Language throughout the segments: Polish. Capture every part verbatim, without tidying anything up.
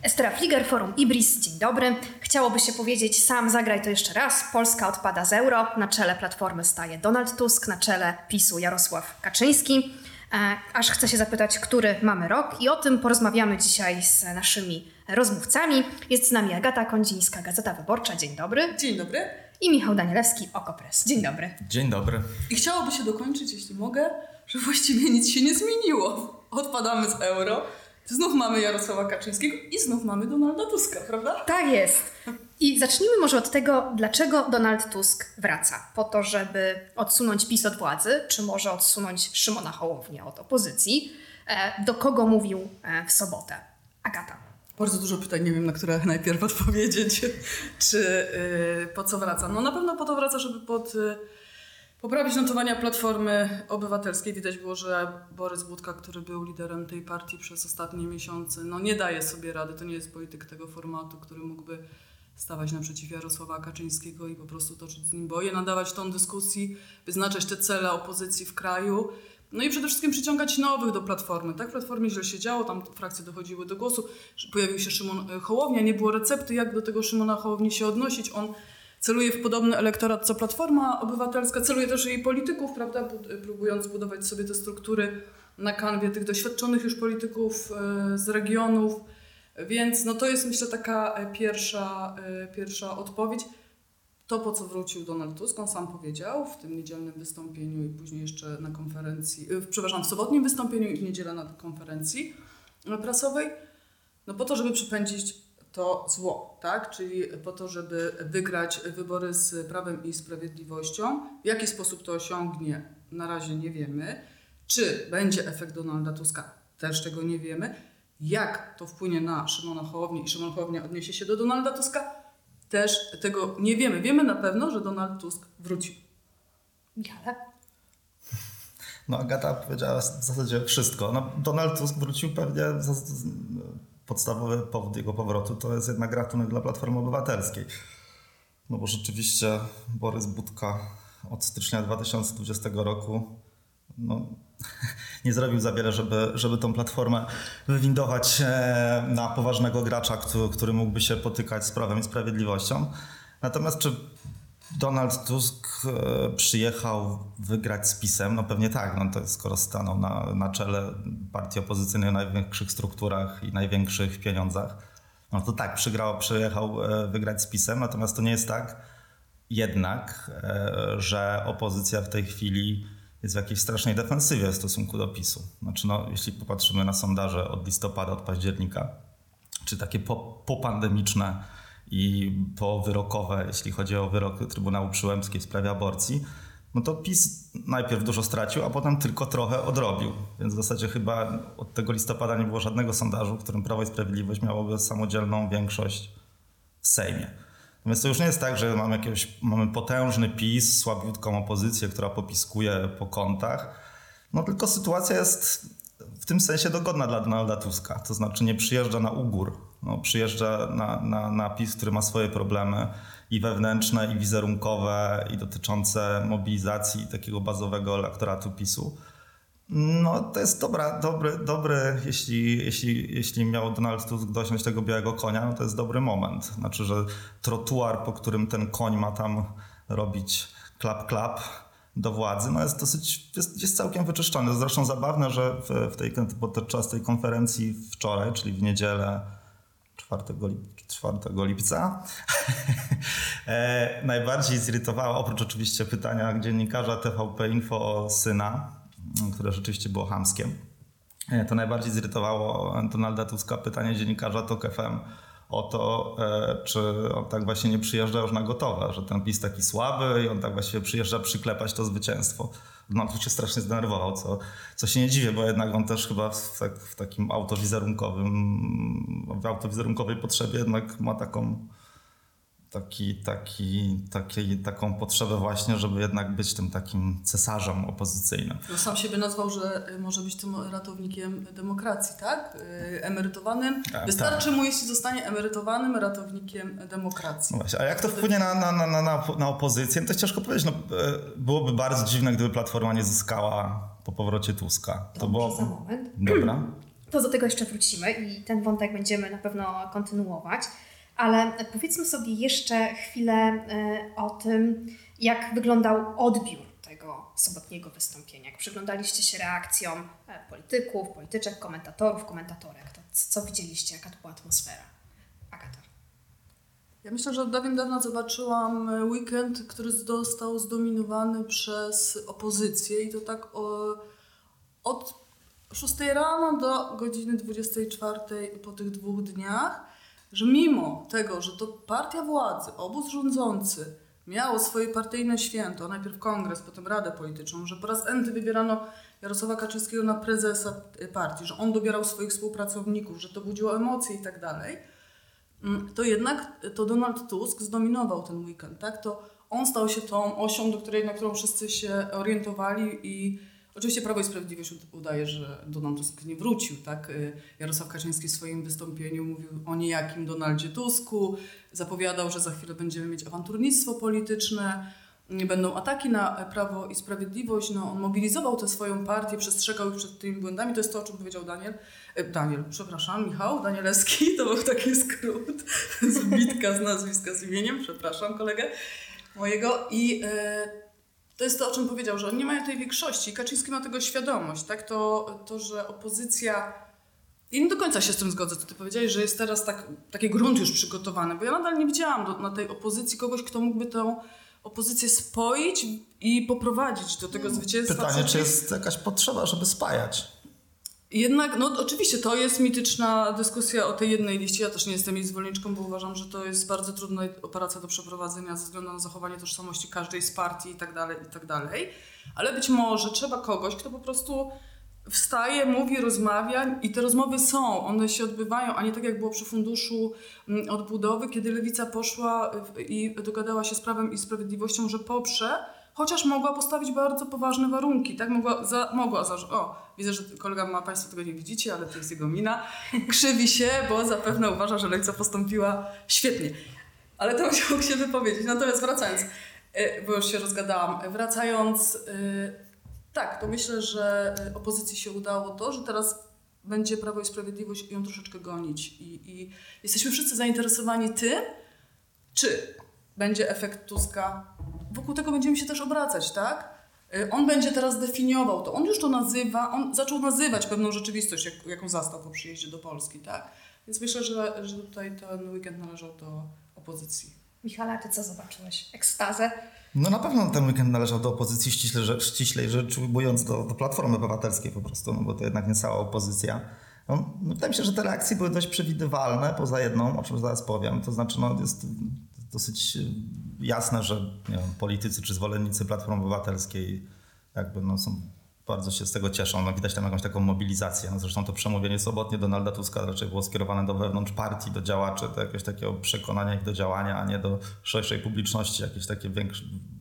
Estera Fliger, Forum Ibris, dzień dobry. Chciałoby się powiedzieć, sam zagraj to jeszcze raz. Polska odpada z euro. Na czele Platformy staje Donald Tusk, na czele PiSu Jarosław Kaczyński. E, aż chcę się zapytać, który mamy rok, i o tym porozmawiamy dzisiaj z naszymi rozmówcami. Jest z nami Agata Kondzińska, Gazeta Wyborcza. Dzień dobry. Dzień dobry. I Michał Danielewski, Okopres. Dzień dobry. Dzień dobry. I chciałoby się dokończyć, jeśli mogę, że właściwie nic się nie zmieniło. Odpadamy z euro. Znów mamy Jarosława Kaczyńskiego i znów mamy Donalda Tuska, prawda? Tak jest. I zacznijmy może od tego, dlaczego Donald Tusk wraca. Po to, żeby odsunąć PiS od władzy, czy może odsunąć Szymona Hołownię od opozycji? Do kogo mówił w sobotę? Agata. Bardzo dużo pytań, nie wiem, na które najpierw odpowiedzieć. Czy yy, po co wraca? No na pewno po to wraca, żeby pod... Yy, poprawić notowania Platformy Obywatelskiej. Widać było, że Borys Budka, który był liderem tej partii przez ostatnie miesiące, no nie daje sobie rady. To nie jest polityk tego formatu, który mógłby stawać naprzeciw Jarosława Kaczyńskiego i po prostu toczyć z nim boje, nadawać tą dyskusji, wyznaczać te cele opozycji w kraju. No i przede wszystkim przyciągać nowych do Platformy. Tak, w Platformie źle się działo, tam frakcje dochodziły do głosu. Pojawił się Szymon Hołownia, nie było recepty, jak do tego Szymona Hołowni się odnosić. On celuje w podobny elektorat co Platforma Obywatelska, celuje też jej polityków, prawda, próbując budować sobie te struktury na kanwie tych doświadczonych już polityków z regionów. Więc no to jest, myślę, taka pierwsza, pierwsza odpowiedź. To, po co wrócił Donald Tusk, on sam powiedział w tym niedzielnym wystąpieniu i później jeszcze na konferencji, przepraszam, w sobotnim wystąpieniu i w niedzielę na konferencji prasowej, no po to, żeby przepędzić to zło, tak? Czyli po to, żeby wygrać wybory z Prawem i Sprawiedliwością. W jaki sposób to osiągnie, na razie nie wiemy. Czy będzie efekt Donalda Tuska, też tego nie wiemy. Jak to wpłynie na Szymona Hołownię i Szymon Hołownia odniesie się do Donalda Tuska, też tego nie wiemy. Wiemy na pewno, że Donald Tusk wrócił. Michale? No Agata powiedziała w zasadzie wszystko. No, Donald Tusk wrócił pewnie... Podstawowy powód jego powrotu to jest jednak ratunek dla Platformy Obywatelskiej. No bo rzeczywiście Borys Budka od stycznia dwa tysiące dwudziestego roku no, nie zrobił za wiele, żeby, żeby tą platformę wywindować na poważnego gracza, który, który mógłby się potykać z Prawem i Sprawiedliwością. Natomiast czy Donald Tusk przyjechał wygrać z PiS-em? No pewnie tak, no to skoro stanął na, na czele partii opozycyjnej o największych strukturach i największych pieniądzach, no to tak, przygrał, przyjechał wygrać z PiS-em, natomiast to nie jest tak jednak, że opozycja w tej chwili jest w jakiejś strasznej defensywie w stosunku do PiS-u. Znaczy no, jeśli popatrzymy na sondaże od listopada, od października, czy takie po, popandemiczne i powyrokowe, jeśli chodzi o wyrok Trybunału Przyłębskiej w sprawie aborcji, no to PiS najpierw dużo stracił, a potem tylko trochę odrobił. Więc w zasadzie chyba od tego listopada nie było żadnego sondażu, w którym Prawo i Sprawiedliwość miałoby samodzielną większość w Sejmie. Więc to już nie jest tak, że mamy, jakiegoś, mamy potężny PiS, słabiutką opozycję, która popiskuje po kątach. No tylko sytuacja jest w tym sensie dogodna dla Donalda Tuska. To znaczy nie przyjeżdża na ugór. No, przyjeżdża na, na, na PiS, który ma swoje problemy i wewnętrzne, i wizerunkowe, i dotyczące mobilizacji takiego bazowego elektoratu PiS-u. No to jest dobra, dobry, dobry jeśli, jeśli, jeśli miał Donald Tusk dosiąść tego białego konia, no to jest dobry moment. Znaczy, że trotuar, po którym ten koń ma tam robić klap, klap do władzy, no jest dosyć, jest, jest całkiem wyczyszczony. Zresztą zabawne, że w, w tej, podczas tej konferencji wczoraj, czyli w niedzielę czwartego lipca, e, najbardziej zirytowało, oprócz oczywiście pytania dziennikarza T V P Info o syna, które rzeczywiście było chamskiem, e, to najbardziej zirytowało Donalda Tuska pytanie dziennikarza Tok F M o to, e, czy on tak właśnie nie przyjeżdża już na gotowe, że ten PiS taki słaby i on tak właśnie przyjeżdża przyklepać to zwycięstwo. Donald Tusk się strasznie zdenerwował, co, co się nie dziwię, bo jednak on też chyba w, tak, w takim autowizerunkowym, w autowizerunkowej potrzebie jednak ma taką, taki, taki, taki, taką potrzebę właśnie, żeby jednak być tym takim cesarzem opozycyjnym. No sam siebie nazwał, że może być tym ratownikiem demokracji, tak? Emerytowanym. Tak, Wystarczy tak. mu, jeśli zostanie emerytowanym ratownikiem demokracji. No właśnie, a jak to wpłynie na, na, na, na, na opozycję? No to ciężko powiedzieć. No, byłoby bardzo dziwne, gdyby Platforma nie zyskała po powrocie Tuska. To, to było... za moment. Dobra. To do tego jeszcze wrócimy i ten wątek będziemy na pewno kontynuować. Ale powiedzmy sobie jeszcze chwilę o tym, jak wyglądał odbiór tego sobotniego wystąpienia. Jak przyglądaliście się reakcjom polityków, polityczek, komentatorów, komentatorek, to co widzieliście, jaka to była atmosfera? Agata. Ja myślę, że od dawien dawna zobaczyłam weekend, który został zdominowany przez opozycję i to tak o, od szóstej rano do godziny dwudziestej czwartej po tych dwóch dniach, że mimo tego, że to partia władzy, obóz rządzący miało swoje partyjne święto, najpierw kongres, potem radę polityczną, że po raz enty wybierano Jarosława Kaczyńskiego na prezesa partii, że on dobierał swoich współpracowników, że to budziło emocje i tak dalej, to jednak to Donald Tusk zdominował ten weekend, tak? To on stał się tą osią, do której, na którą wszyscy się orientowali i oczywiście Prawo i Sprawiedliwość udaje, że Donald Tusk nie wrócił, tak? Jarosław Kaczyński w swoim wystąpieniu mówił o niejakim Donaldzie Tusku, zapowiadał, że za chwilę będziemy mieć awanturnictwo polityczne, będą ataki na Prawo i Sprawiedliwość. No, on mobilizował tę swoją partię, przestrzegał ich przed tymi błędami. To jest to, o czym powiedział Daniel. Daniel, przepraszam, Michał Danielewski, to był taki skrót, zbitka z nazwiska z imieniem, przepraszam kolegę mojego. I e, to jest to, o czym powiedział, że oni nie mają tej większości. Kaczyński ma tego świadomość, tak? To, to że opozycja... I nie do końca się z tym zgodzę, co ty powiedziałeś, że jest teraz tak, taki grunt już przygotowany, bo ja nadal nie widziałam do, na tej opozycji kogoś, kto mógłby tę opozycję spoić i poprowadzić do tego zwycięstwa. Pytanie, przecież... czy jest jakaś potrzeba, żeby spajać? Jednak, no oczywiście to jest mityczna dyskusja o tej jednej liście. Ja też nie jestem jej zwolenniczką, bo uważam, że to jest bardzo trudna operacja do przeprowadzenia ze względu na zachowanie tożsamości każdej z partii i tak dalej, i tak dalej. Ale być może trzeba kogoś, kto po prostu wstaje, mówi, rozmawia i te rozmowy są, one się odbywają, a nie tak jak było przy Funduszu Odbudowy, kiedy Lewica poszła i dogadała się z Prawem i Sprawiedliwością, że poprze, chociaż mogła postawić bardzo poważne warunki, tak? Mogła, za, mogła za, o, widzę, że kolega ma, Państwo tego nie widzicie, ale to jest jego mina, krzywi się, bo zapewne uważa, że Lewica postąpiła świetnie. Ale to musiał się wypowiedzieć. Natomiast wracając, bo już się rozgadałam, wracając, tak, to myślę, że opozycji się udało to, że teraz będzie Prawo i Sprawiedliwość ją troszeczkę gonić i, i jesteśmy wszyscy zainteresowani tym, czy będzie efekt Tuska. Wokół tego będziemy się też obracać, tak? On będzie teraz definiował to. On już to nazywa, on zaczął nazywać pewną rzeczywistość, jak, jaką zastał po przyjeździe do Polski, tak? Więc myślę, że, że tutaj ten weekend należał do opozycji. Michale, ty co zobaczyłeś? Ekstazę? No na pewno ten weekend należał do opozycji, ściśle, ściślej rzecz ujmując do, do Platformy Obywatelskiej po prostu, no bo to jednak nie cała opozycja. No, wydaje mi się, że te reakcje były dość przewidywalne, poza jedną, o czym zaraz powiem. To znaczy, no jest dosyć jasne, że nie wiem, politycy czy zwolennicy Platformy Obywatelskiej jakby no, są, bardzo się z tego cieszą. No, widać tam jakąś taką mobilizację. No, zresztą to przemówienie sobotnie Donalda Tuska raczej było skierowane do wewnątrz partii, do działaczy, do jakiegoś takiego przekonania ich do działania, a nie do szerszej publiczności. Jakieś takie większe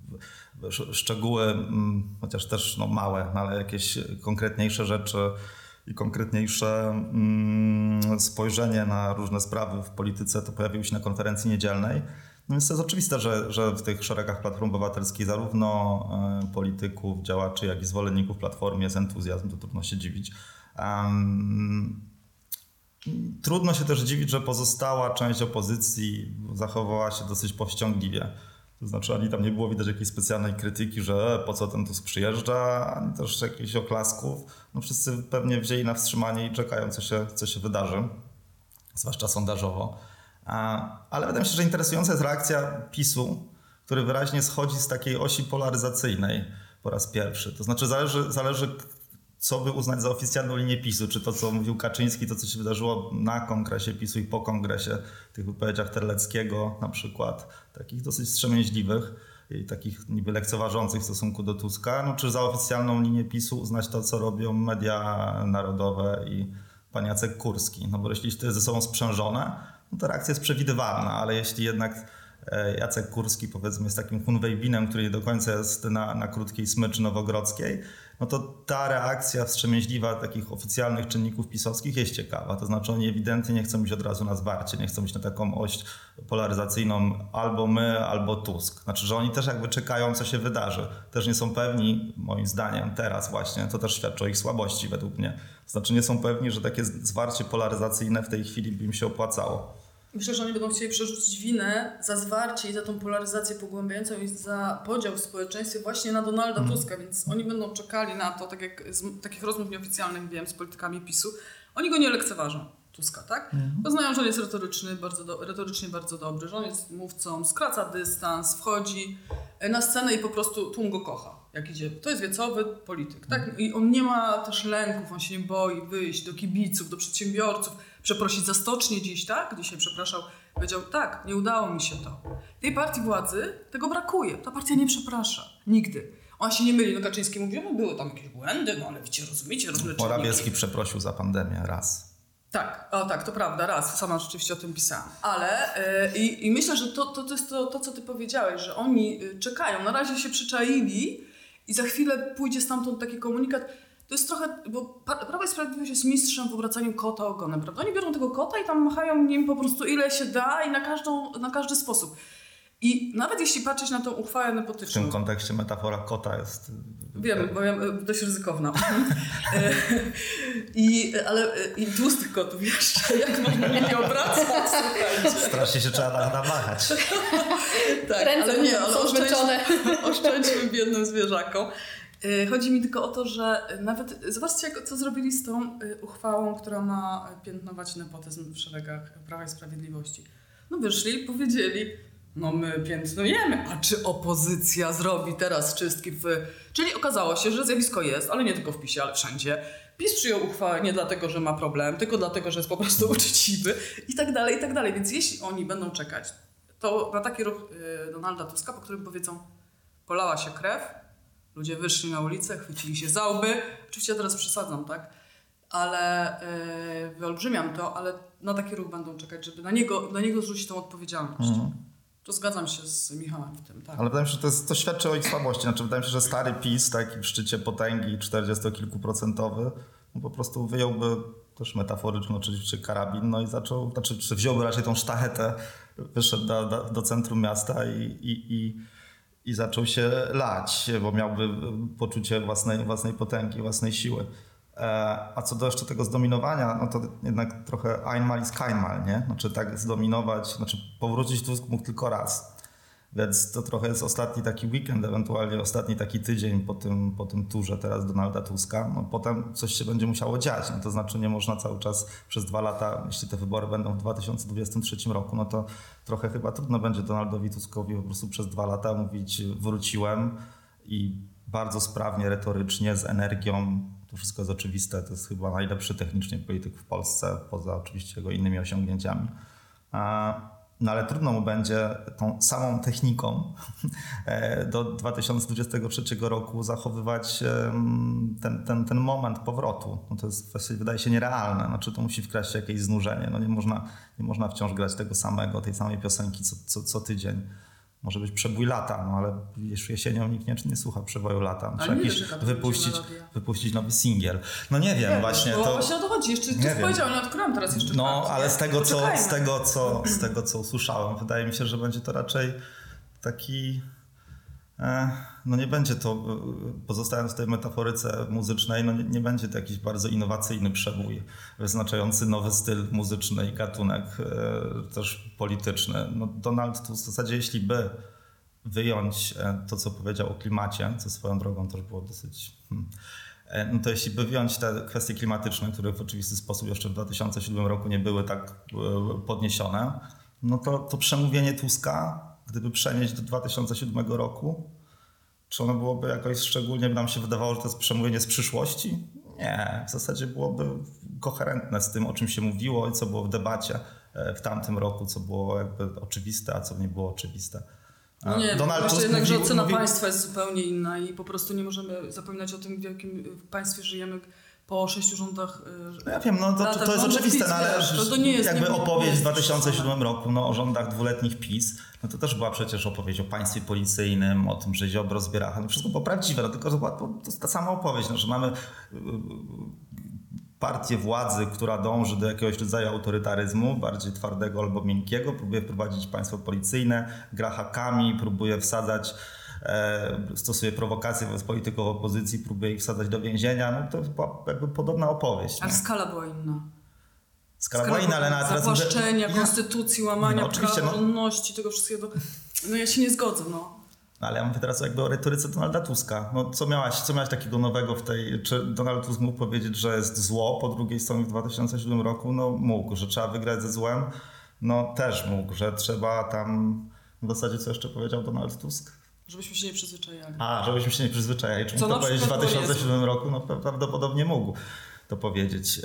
szczegóły, chociaż też no, małe, no, ale jakieś konkretniejsze rzeczy i konkretniejsze mm, spojrzenie na różne sprawy w polityce to pojawiło się na konferencji niedzielnej. No więc to jest oczywiste, że, że w tych szeregach Platformy Obywatelskiej zarówno y, polityków, działaczy, jak i zwolenników Platformy jest entuzjazm, to trudno się dziwić. Um, trudno się też dziwić, że pozostała część opozycji zachowała się dosyć powściągliwie. To znaczy ani tam nie było widać jakiejś specjalnej krytyki, że po co ten Tusk przyjeżdża, ani też jakichś oklasków. No wszyscy pewnie wzięli na wstrzymanie i czekają, co się, co się wydarzy, zwłaszcza sondażowo. Ale wydaje mi się, że interesująca jest reakcja PiSu, który wyraźnie schodzi z takiej osi polaryzacyjnej po raz pierwszy. To znaczy zależy, zależy co by uznać za oficjalną linię PiSu, czy to, co mówił Kaczyński, to, co się wydarzyło na kongresie PiSu i po kongresie, tych wypowiedziach Terleckiego na przykład, takich dosyć wstrzemięźliwych i takich niby lekceważących w stosunku do Tuska, no, czy za oficjalną linię PiSu uznać to, co robią media narodowe i pan Jacek Kurski. No bo jeśli to jest ze sobą sprzężone, no to reakcja jest przewidywalna, ale jeśli jednak Jacek Kurski powiedzmy jest takim Hunwejbinem, który nie do końca jest na, na krótkiej smyczy nowogrodzkiej, no to ta reakcja wstrzemięźliwa takich oficjalnych czynników pisowskich jest ciekawa. To znaczy oni ewidentnie nie chcą iść od razu na zwarcie, nie chcą iść na taką oś polaryzacyjną albo my, albo Tusk. Znaczy, że oni też jakby czekają, co się wydarzy. Też nie są pewni, moim zdaniem teraz właśnie, to też świadczy o ich słabości według mnie. To znaczy nie są pewni, że takie zwarcie polaryzacyjne w tej chwili by im się opłacało. Myślę, że oni będą chcieli przerzucić winę za zwarcie i za tą polaryzację pogłębiającą i za podział w społeczeństwie właśnie na Donalda mm. Tuska, więc oni będą czekali na to, tak jak z takich rozmów nieoficjalnych wiem z politykami PiSu, oni go nie lekceważą, Tuska, tak? Mm. Bo znają, że on jest retoryczny, bardzo do, retorycznie bardzo dobry, że on jest mówcą, skraca dystans, wchodzi na scenę i po prostu tłum go kocha, jak idzie. To jest wiecowy polityk, tak? I on nie ma też lęków, on się nie boi wyjść do kibiców, do przedsiębiorców, przeprosić za stocznię dziś, tak? Dzisiaj przepraszał, powiedział, tak, nie udało mi się to. Tej partii władzy tego brakuje. Ta partia nie przeprasza. Nigdy. On się nie myli. No Kaczyński mówił, no były tam jakieś błędy, no ale wiecie, rozumiecie, rozleczenie. Morawiecki przeprosił za pandemię raz. Tak, o tak, to prawda, raz. Sama rzeczywiście o tym pisałam. Ale yy, i, i myślę, że to, to, to jest to, to, co ty powiedziałeś, że oni czekają. Na razie się przyczaili i za chwilę pójdzie stamtąd taki komunikat. To jest trochę, bo Prawo i Sprawiedliwość jest mistrzem w obracaniu kota ogonem, prawda? Oni biorą tego kota i tam machają nim po prostu ile się da i na, każdą, na każdy sposób. I nawet jeśli patrzeć na tą uchwałę nepotyczną... W tym kontekście metafora kota jest... Wiem, bo ja dość ryzykowna. I, ale i tłustych kotów jeszcze, jak można nimi obracać, słuchajcie. Strasznie się trzeba namachać. Tak, Ręce ale nie, ale są zmęczone. Oszczędźmy biednym zwierzakom. Chodzi mi tylko o to, że nawet zobaczcie, jak, co zrobili z tą uchwałą, która ma piętnować nepotyzm w szeregach Prawa i Sprawiedliwości. No wyszli i powiedzieli, no my piętnujemy, a czy opozycja zrobi teraz czystki w... Czyli okazało się, że zjawisko jest, ale nie tylko w PiSie, ale wszędzie. PiS przyjął uchwałę nie dlatego, że ma problem, tylko dlatego, że jest po prostu uczciwy i tak dalej, i tak dalej. Więc jeśli oni będą czekać, to na taki ruch Donalda Tuska, po którym powiedzą, polała się krew, ludzie wyszli na ulicę, chwycili się za łby. Oczywiście ja teraz przesadzam, tak? Ale yy, wyolbrzymiam to, ale na taki ruch będą czekać, żeby na niego, na niego zrzucić tą odpowiedzialność. Mhm. To zgadzam się z Michałem w tym, tak. Ale wydaje mi się, że to, jest, to świadczy o ich słabości. Znaczy, wydaje mi się, że stary PiS, taki w szczycie potęgi czterdziestokilkuprocentowy, no po prostu wyjąłby też metaforycznie oczywiście karabin, no i zaczął, znaczy wziąłby raczej tą sztachetę, wyszedł do, do, do centrum miasta i, i, i I zaczął się lać, bo miałby poczucie własnej, własnej potęgi, własnej siły. A co do jeszcze tego zdominowania, no to jednak trochę einmal ist keinmal, nie? Znaczy tak zdominować, znaczy powrócić Tusk mógł tylko raz. Więc to trochę jest ostatni taki weekend, ewentualnie ostatni taki tydzień po tym, po tym turze teraz Donalda Tuska. No potem coś się będzie musiało dziać. No to znaczy nie można cały czas przez dwa lata, jeśli te wybory będą w dwa tysiące dwudziestym trzecim roku, no to trochę chyba trudno będzie Donaldowi Tuskowi po prostu przez dwa lata mówić wróciłem i bardzo sprawnie, retorycznie, z energią. To wszystko jest oczywiste. To jest chyba najlepszy technicznie polityk w Polsce, poza oczywiście jego innymi osiągnięciami. No ale trudno mu będzie tą samą techniką do dwa tysiące dwudziestego trzeciego roku zachowywać ten, ten, ten moment powrotu. No to jest właściwie wydaje się nierealne. Znaczy to musi wkraść się jakieś znużenie. No nie można, nie można wciąż grać tego samego, tej samej piosenki co, co, co tydzień. Może być przebój lata, no ale już jesienią nikt nie, nie słucha przeboju lata. Trzeba jakiś wypuścić, wypuścić nowy singiel. No nie wiem, nie, właśnie to... Właśnie o to chodzi. Jeszcze ktoś powiedział, nie odkryłam teraz jeszcze No, karty, ale z tego, co, z, tego, co, Mhm. z tego, co usłyszałem, wydaje mi się, że będzie to raczej taki... No nie będzie to, pozostając w tej metaforyce muzycznej, no nie, nie będzie to jakiś bardzo innowacyjny przebój, wyznaczający nowy styl muzyczny i gatunek też polityczny. No Donald Tusk w zasadzie, jeśli by wyjąć to, co powiedział o klimacie, co swoją drogą też było dosyć... Hmm, no to jeśli by wyjąć te kwestie klimatyczne, które w oczywisty sposób jeszcze w dwa tysiące siódmym roku nie były tak podniesione, no to, to przemówienie Tuska, gdyby przenieść do dwa tysiące siódmego roku, czy ono byłoby jakoś szczególnie, by nam się wydawało, że to jest przemówienie z przyszłości? Nie, w zasadzie byłoby koherentne z tym, o czym się mówiło i co było w debacie w tamtym roku, co było jakby oczywiste, a co nie było oczywiste. No nie, Donald jeszcze Tusk jednak, mówił, że ocena mówił... państwa jest zupełnie inna i po prostu nie możemy zapominać o tym, w jakim państwie żyjemy, po sześciu rządach. No ja wiem, no to, to, to jest oczywiste, no, ale to, to nie jest, jakby nie, opowieść nie w dwa tysiące siódmym roku no, o rządach dwuletnich PiS, no to też była przecież opowieść o państwie policyjnym, o tym, że Ziobro zbiera, no wszystko było prawdziwe, no, tylko że była to, to ta sama opowieść, no, że mamy partię władzy, która dąży do jakiegoś rodzaju autorytaryzmu, bardziej twardego albo miękkiego, próbuje wprowadzić państwo policyjne, gra hakami, próbuje wsadzać, e, stosuje prowokacje wobec polityków opozycji, próbuje ich wsadzać do więzienia. No to była jakby podobna opowieść. Ale no. skala była inna. Skala, skala była inna, ale na zawłaszczenia, ja, konstytucji, łamania no, praworządności, no, tego wszystkiego. No ja się nie zgodzę, no. Ale ja mówię teraz jakby o retoryce Donalda Tuska. No, co, miałaś, co miałaś takiego nowego w tej... Czy Donald Tusk mógł powiedzieć, że jest zło po drugiej stronie w dwa tysiące siódmym roku? No mógł. Że trzeba wygrać ze złem? No też mógł. Że trzeba tam... W zasadzie co jeszcze powiedział Donald Tusk? Żebyśmy się nie przyzwyczajali. A, żebyśmy się nie przyzwyczajali. Czy mógł to powiedzieć w dwa tysiące siódmym roku? No prawdopodobnie mógł to powiedzieć.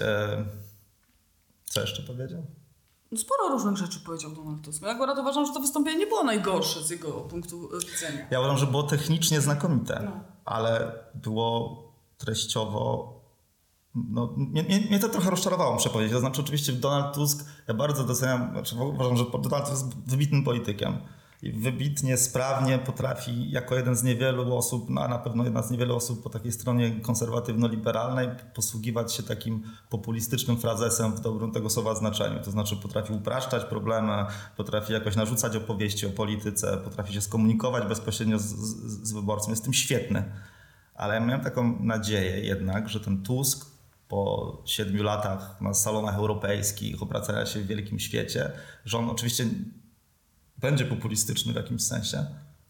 Co jeszcze powiedział? No sporo różnych rzeczy powiedział Donald Tusk. Ja akurat uważam, że to wystąpienie nie było najgorsze z jego punktu widzenia. Ja uważam, że było technicznie znakomite, no. ale było treściowo... No, mnie, mnie to trochę rozczarowało, muszę powiedzieć. To znaczy oczywiście Donald Tusk, ja bardzo doceniam, znaczy uważam, że Donald Tusk jest wybitnym politykiem. I wybitnie, sprawnie potrafi jako jeden z niewielu osób, no, a na pewno jedna z niewielu osób po takiej stronie konserwatywno-liberalnej posługiwać się takim populistycznym frazesem w dobrym tego słowa znaczeniu. To znaczy potrafi upraszczać problemy, potrafi jakoś narzucać opowieści o polityce, potrafi się skomunikować bezpośrednio z, z, z wyborcą. Jest w tym świetny. Ale ja miałem taką nadzieję jednak, że ten Tusk po siedmiu latach na salonach europejskich, obracania się w wielkim świecie, że on oczywiście będzie populistyczny w jakimś sensie,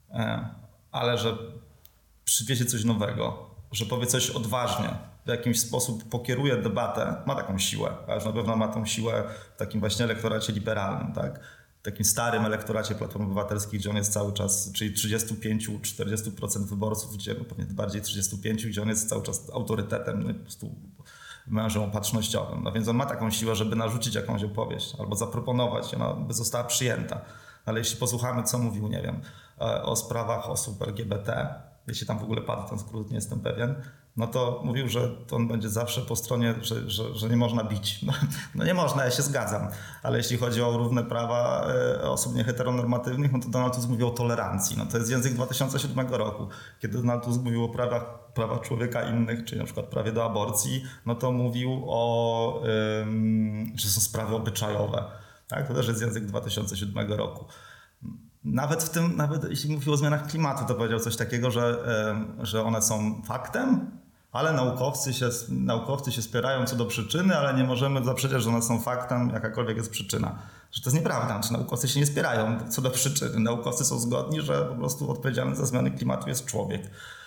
ale że przywiezie coś nowego, że powie coś odważnie, w jakiś sposób pokieruje debatę, ma taką siłę, a już na pewno ma tą siłę w takim właśnie elektoracie liberalnym, tak? W takim starym elektoracie Platformy Obywatelskiej, gdzie on jest cały czas, czyli trzydzieści pięć do czterdziestu procent wyborców, gdzie no pewnie bardziej trzydzieści pięć, gdzie on jest cały czas autorytetem, no po prostu mężem opatrznościowym. No więc on ma taką siłę, żeby narzucić jakąś opowieść albo zaproponować, ona by została przyjęta. Ale jeśli posłuchamy, co mówił, nie wiem, o sprawach osób L G B T, jeśli tam w ogóle padł ten skrót, nie jestem pewien, no to mówił, że on będzie zawsze po stronie, że, że, że nie można bić. No, no nie można, ja się zgadzam. Ale jeśli chodzi o równe prawa osób nieheteronormatywnych, no to Donald Tusk mówił o tolerancji. No to jest język dwa tysiące siódmego roku. Kiedy Donald Tusk mówił o prawach, prawach człowieka innych, czyli na przykład prawie do aborcji, no to mówił o, ym, że są sprawy obyczajowe. Tak? To też jest język dwa tysiące siódmego roku. Nawet w tym, nawet jeśli mówił o zmianach klimatu, to powiedział coś takiego, że, że one są faktem, ale naukowcy się, naukowcy się spierają co do przyczyny, ale nie możemy zaprzeczać, że one są faktem, jakakolwiek jest przyczyna. Że to jest nieprawda, znaczy naukowcy się nie spierają co do przyczyny. Naukowcy są zgodni, że po prostu odpowiedzialny za zmiany klimatu jest człowiek.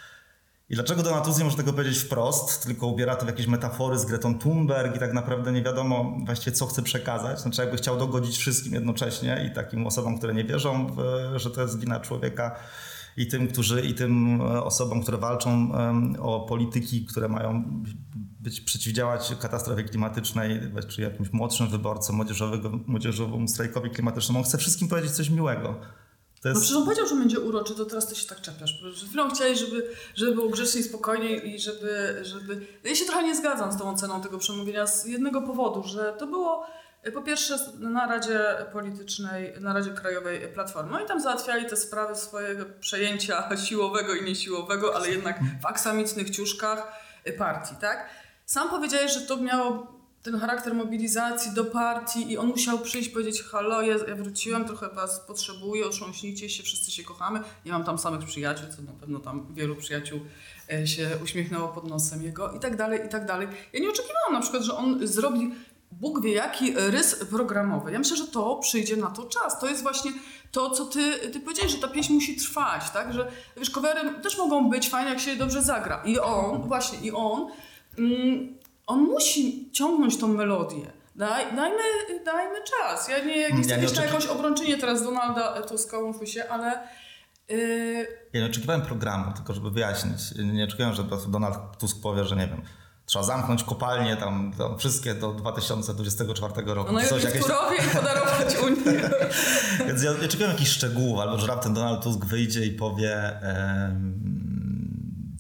I dlaczego Donald Tusk nie może tego powiedzieć wprost, tylko ubiera to w jakieś metafory z Gretą Thunberg i tak naprawdę nie wiadomo właściwie co chce przekazać. Znaczy jakby chciał dogodzić wszystkim jednocześnie i takim osobom, które nie wierzą, w, że to jest wina człowieka i tym, którzy, i tym osobom, które walczą o polityki, które mają być, przeciwdziałać katastrofie klimatycznej, czy jakimś młodszym wyborcom, młodzieżowego, młodzieżowemu strajkowi klimatycznemu. On chce wszystkim powiedzieć coś miłego. Jest... No przecież on powiedział, że będzie uroczy, to teraz ty się tak czepiasz. Przed chwilą chciałeś, żeby, żeby było grzecznie i spokojnie i żeby, żeby... Ja się trochę nie zgadzam z tą oceną tego przemówienia z jednego powodu, że to było po pierwsze na Radzie Politycznej, na Radzie Krajowej Platformy. No i tam załatwiali te sprawy swojego przejęcia siłowego i niesiłowego, ale jednak w aksamitnych ciuszkach partii, tak? Sam powiedziałeś, że to miało ten charakter mobilizacji do partii i on musiał przyjść i powiedzieć: halo, ja, ja wróciłem, trochę was potrzebuję, otrząśnijcie się, wszyscy się kochamy. Ja mam tam samych przyjaciół, co na pewno tam wielu przyjaciół się uśmiechnęło pod nosem jego i tak dalej, i tak dalej. Ja nie oczekiwałam na przykład, że on zrobi Bóg wie jaki rys programowy. Ja myślę, że to przyjdzie na to czas. To jest właśnie to, co ty, ty powiedziałeś, że ta pieśń musi trwać, tak? Że wiesz, covery też mogą być fajne, jak się je dobrze zagra. I on, właśnie, i on... Mm, On musi ciągnąć tą melodię. Daj, dajmy, dajmy czas. Ja nie, nie chcę ja mieć na jakąś obrączynie teraz Donalda Tuska, umówmy się, ale... Yy... Ja nie oczekiwałem programu, tylko żeby wyjaśnić. Nie oczekiwałem, że po prostu Donald Tusk powie, że nie wiem, trzeba zamknąć kopalnie tam, tam wszystkie do dwa tysiące dwudziestego czwartego roku. No najlepiej w Turowie i podarować Unię. Więc ja nie oczekiwałem jakichś szczegółów, albo że raptem Donald Tusk wyjdzie i powie... Em,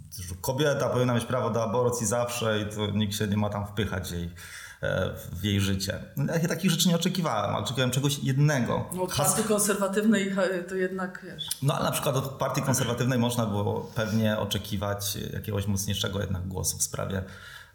kobieta powinna mieć prawo do aborcji zawsze i to nikt się nie ma tam wpychać jej, w jej życie. Ja takich rzeczy nie oczekiwałem, ale oczekiwałem czegoś jednego. No od partii konserwatywnej to jednak, wiesz... No ale na przykład od partii konserwatywnej można było pewnie oczekiwać jakiegoś mocniejszego jednak głosu w sprawie